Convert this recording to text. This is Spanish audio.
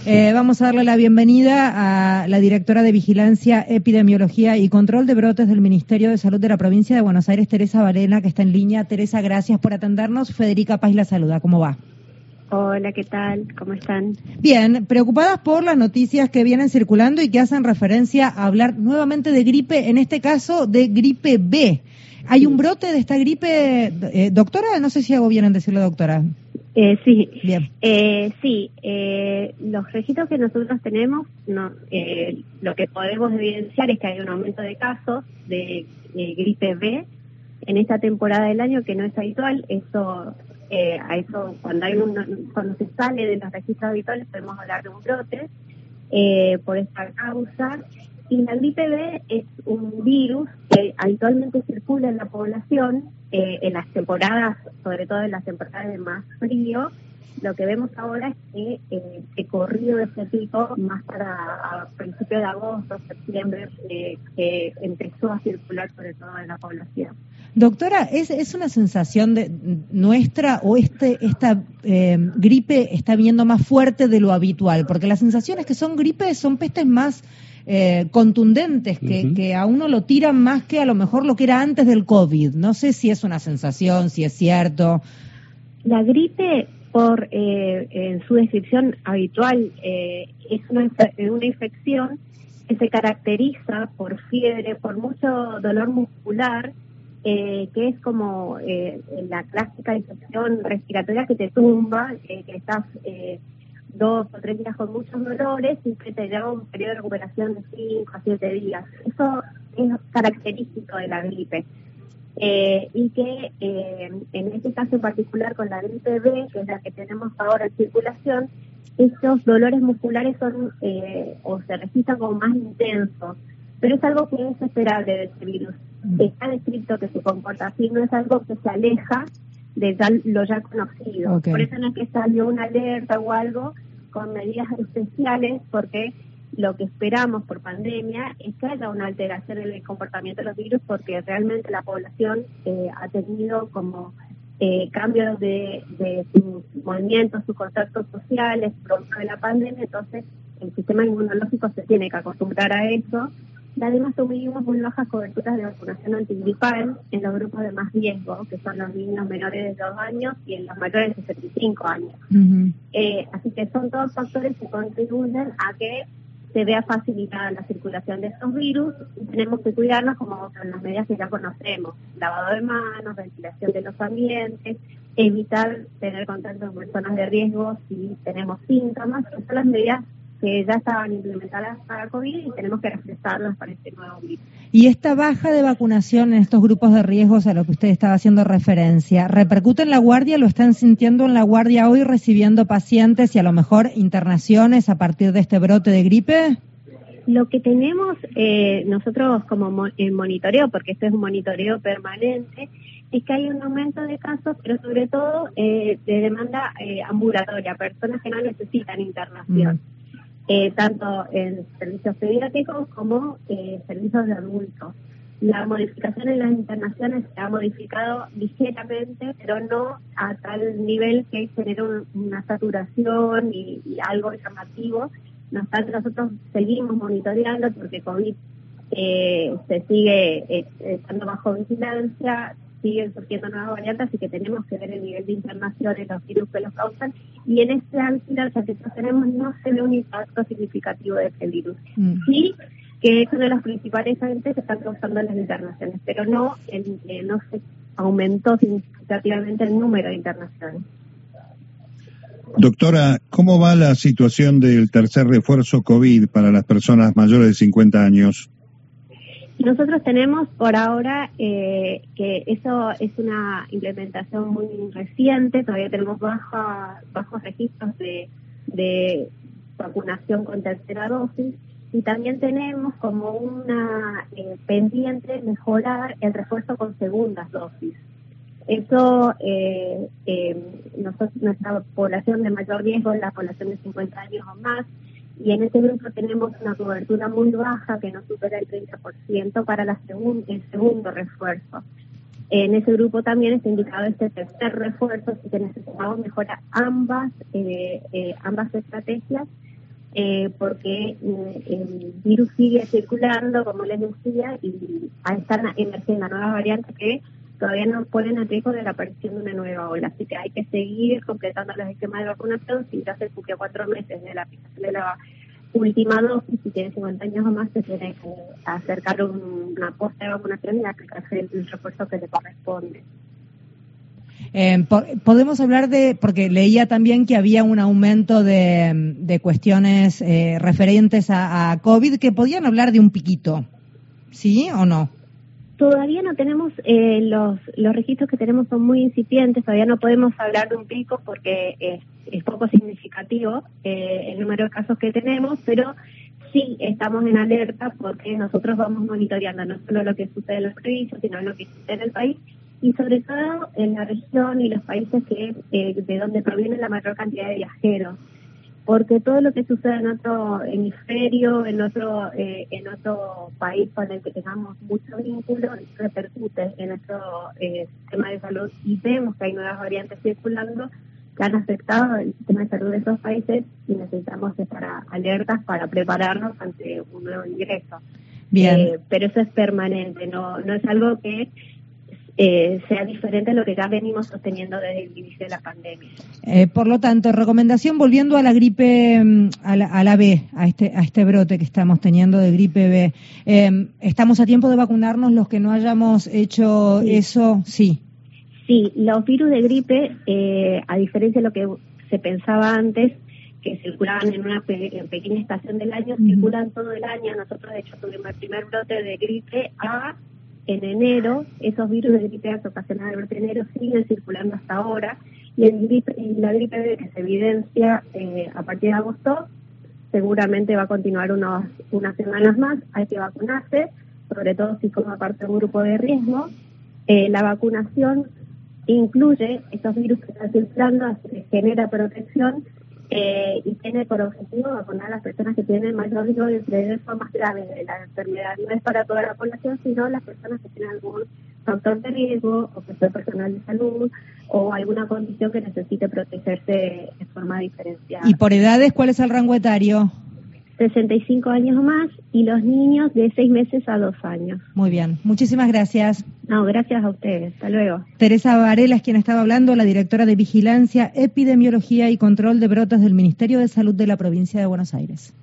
Vamos a darle la bienvenida a la directora de Vigilancia, Epidemiología y Control de Brotes del Ministerio de Salud de la Provincia de Buenos Aires, Teresa Varela, que está en línea. Teresa, gracias por atendernos. Federica Paz la saluda. ¿Cómo va? Hola, ¿qué tal? ¿Cómo están? Bien, preocupadas por las noticias que vienen circulando y que hacen referencia a hablar nuevamente de gripe, en este caso de gripe B. ¿Hay un brote de esta gripe, doctora? No sé si hago bien en decirlo, doctora. Sí. Bien. Los registros que nosotros tenemos, lo que podemos evidenciar es que hay un aumento de casos de gripe B en esta temporada del año, que no es habitual. Cuando se sale de los registros habituales podemos hablar de un brote por esta causa. Y la gripe B es un virus que habitualmente circula en la población en las temporadas, sobre todo en las temporadas de más frío. Lo que vemos ahora es que corrió ese pico más a principios de agosto, septiembre, que empezó a circular sobre todo en la población. Doctora, ¿es una sensación de nuestra o esta gripe está viniendo más fuerte de lo habitual? Porque las sensaciones que son gripes son pestes más contundentes, que a uno lo tiran más que a lo mejor lo que era antes del COVID. No sé si es una sensación, si es cierto. La gripe, en su descripción habitual, es una infección que se caracteriza por fiebre, por mucho dolor muscular, que es como la clásica infección respiratoria que te tumba, que estás 2 o 3 días con muchos dolores y que te lleva un periodo de recuperación de 5 a 7 días. Eso es característico de la gripe. Y que en este caso en particular con la gripe B, que es la que tenemos ahora en circulación, estos dolores musculares son o se registran como más intensos, pero es algo que es esperable de este virus. Está descrito que se comporta así, no es algo que se aleja de lo ya conocido. Okay. Por eso no es que salió una alerta o algo con medidas especiales, porque lo que esperamos por pandemia es que haya una alteración en el comportamiento de los virus, porque realmente la población ha tenido como cambios de sus movimientos, sus contactos sociales, producto de la pandemia. Entonces el sistema inmunológico se tiene que acostumbrar a eso. Y además tuvimos muy bajas coberturas de vacunación antigripal en los grupos de más riesgo, que son los niños menores de 2 años y en los mayores de 65 años. Así que son todos factores que contribuyen a que se vea facilitada la circulación de estos virus, y tenemos que cuidarnos como con las medidas que ya conocemos: lavado de manos, ventilación de los ambientes, evitar tener contacto con personas de riesgo si tenemos síntomas. Esas son las medidas que ya estaban implementadas para COVID y tenemos que refrescarlas para este nuevo virus. Y esta baja de vacunación en estos grupos de riesgos a lo que usted estaba haciendo referencia, ¿repercute en la guardia? ¿Lo están sintiendo en la guardia hoy, recibiendo pacientes y a lo mejor internaciones a partir de este brote de gripe? Lo que tenemos nosotros como monitoreo, porque esto es un monitoreo permanente, es que hay un aumento de casos, pero sobre todo de demanda ambulatoria, personas que no necesitan internación. Tanto en servicios pediátricos como servicios de adultos. La modificación en las internaciones se ha modificado ligeramente, pero no a tal nivel que genere una saturación y algo llamativo. No obstante, nosotros seguimos monitoreando porque COVID se sigue estando bajo vigilancia, siguen surgiendo nuevas variantes, así que tenemos que ver el nivel de internación en los virus que los causan, y en este vigilancia que tenemos no se ve un impacto significativo de este virus. Sí, que es uno de los principales agentes que están causando las internaciones, pero no se aumentó significativamente el número de internaciones. Doctora, ¿cómo va la situación del tercer refuerzo COVID para las personas mayores de 50 años? Nosotros tenemos por ahora que eso es una implementación muy reciente, todavía tenemos bajos registros de vacunación con tercera dosis, y también tenemos como una pendiente mejorar el refuerzo con segundas dosis. Eso, nuestra población de mayor riesgo es la población de 50 años o más, y en este grupo tenemos una cobertura muy baja que no supera el 30% para el segundo refuerzo. En ese grupo también está indicado este tercer refuerzo, así que necesitamos mejorar ambas estrategias porque el virus sigue circulando, como les decía, y están emergiendo nuevas variantes que todavía nos ponen en riesgo de la aparición de una nueva ola. Así que hay que seguir completando los esquemas de vacunación. Si ya se cumplió 4 meses de la aplicación de la última dosis, si tiene 50 años o más, se tiene que acercar una posta de vacunación y aplicarse el refuerzo que le corresponde. Podemos hablar porque leía también que había un aumento de cuestiones referentes a COVID, que podían hablar de un piquito, ¿sí o no? Todavía no tenemos, los registros que tenemos son muy incipientes, todavía no podemos hablar de un pico porque es poco significativo el número de casos que tenemos, pero sí estamos en alerta porque nosotros vamos monitoreando no solo lo que sucede en los provincias, sino lo que sucede en el país y sobre todo en la región y los países de donde proviene la mayor cantidad de viajeros. Porque todo lo que sucede en otro hemisferio, en otro país con el que tengamos mucho vínculo, repercute en nuestro sistema de salud y vemos que hay nuevas variantes circulando que han afectado el sistema de salud de esos países y necesitamos estar alertas para prepararnos ante un nuevo ingreso. Bien. Pero eso es permanente, no es algo que sea diferente a lo que ya venimos sosteniendo desde el inicio de la pandemia. Por lo tanto, recomendación volviendo a la gripe, a la B, a este brote que estamos teniendo de gripe B. ¿Estamos a tiempo de vacunarnos los que no hayamos hecho eso? Sí. Sí, los virus de gripe, a diferencia de lo que se pensaba antes, que circulaban en una pequeña estación del año, circulan todo el año. Nosotros, de hecho, tuvimos el primer brote de gripe A en enero. Esos virus de gripe A que ocasionaron el brote de enero siguen circulando hasta ahora, y la gripe B que se evidencia a partir de agosto seguramente va a continuar unas semanas más. Hay que vacunarse, sobre todo si forma parte de un grupo de riesgo. La vacunación incluye estos virus que están circulando, genera protección y tiene por objetivo vacunar a las personas que tienen mayor riesgo de tener formas graves de la enfermedad. No es para toda la población, sino las personas que tienen algún factor de riesgo o que sea personal de salud o alguna condición que necesite protegerse de forma diferenciada. ¿Y por edades cuál es el rango etario? 65 años o más, y los niños de 6 meses a 2 años. Muy bien, muchísimas gracias. No, gracias a ustedes. Hasta luego. Teresa Varela es quien estaba hablando, la directora de Vigilancia, Epidemiología y Control de Brotes del Ministerio de Salud de la Provincia de Buenos Aires.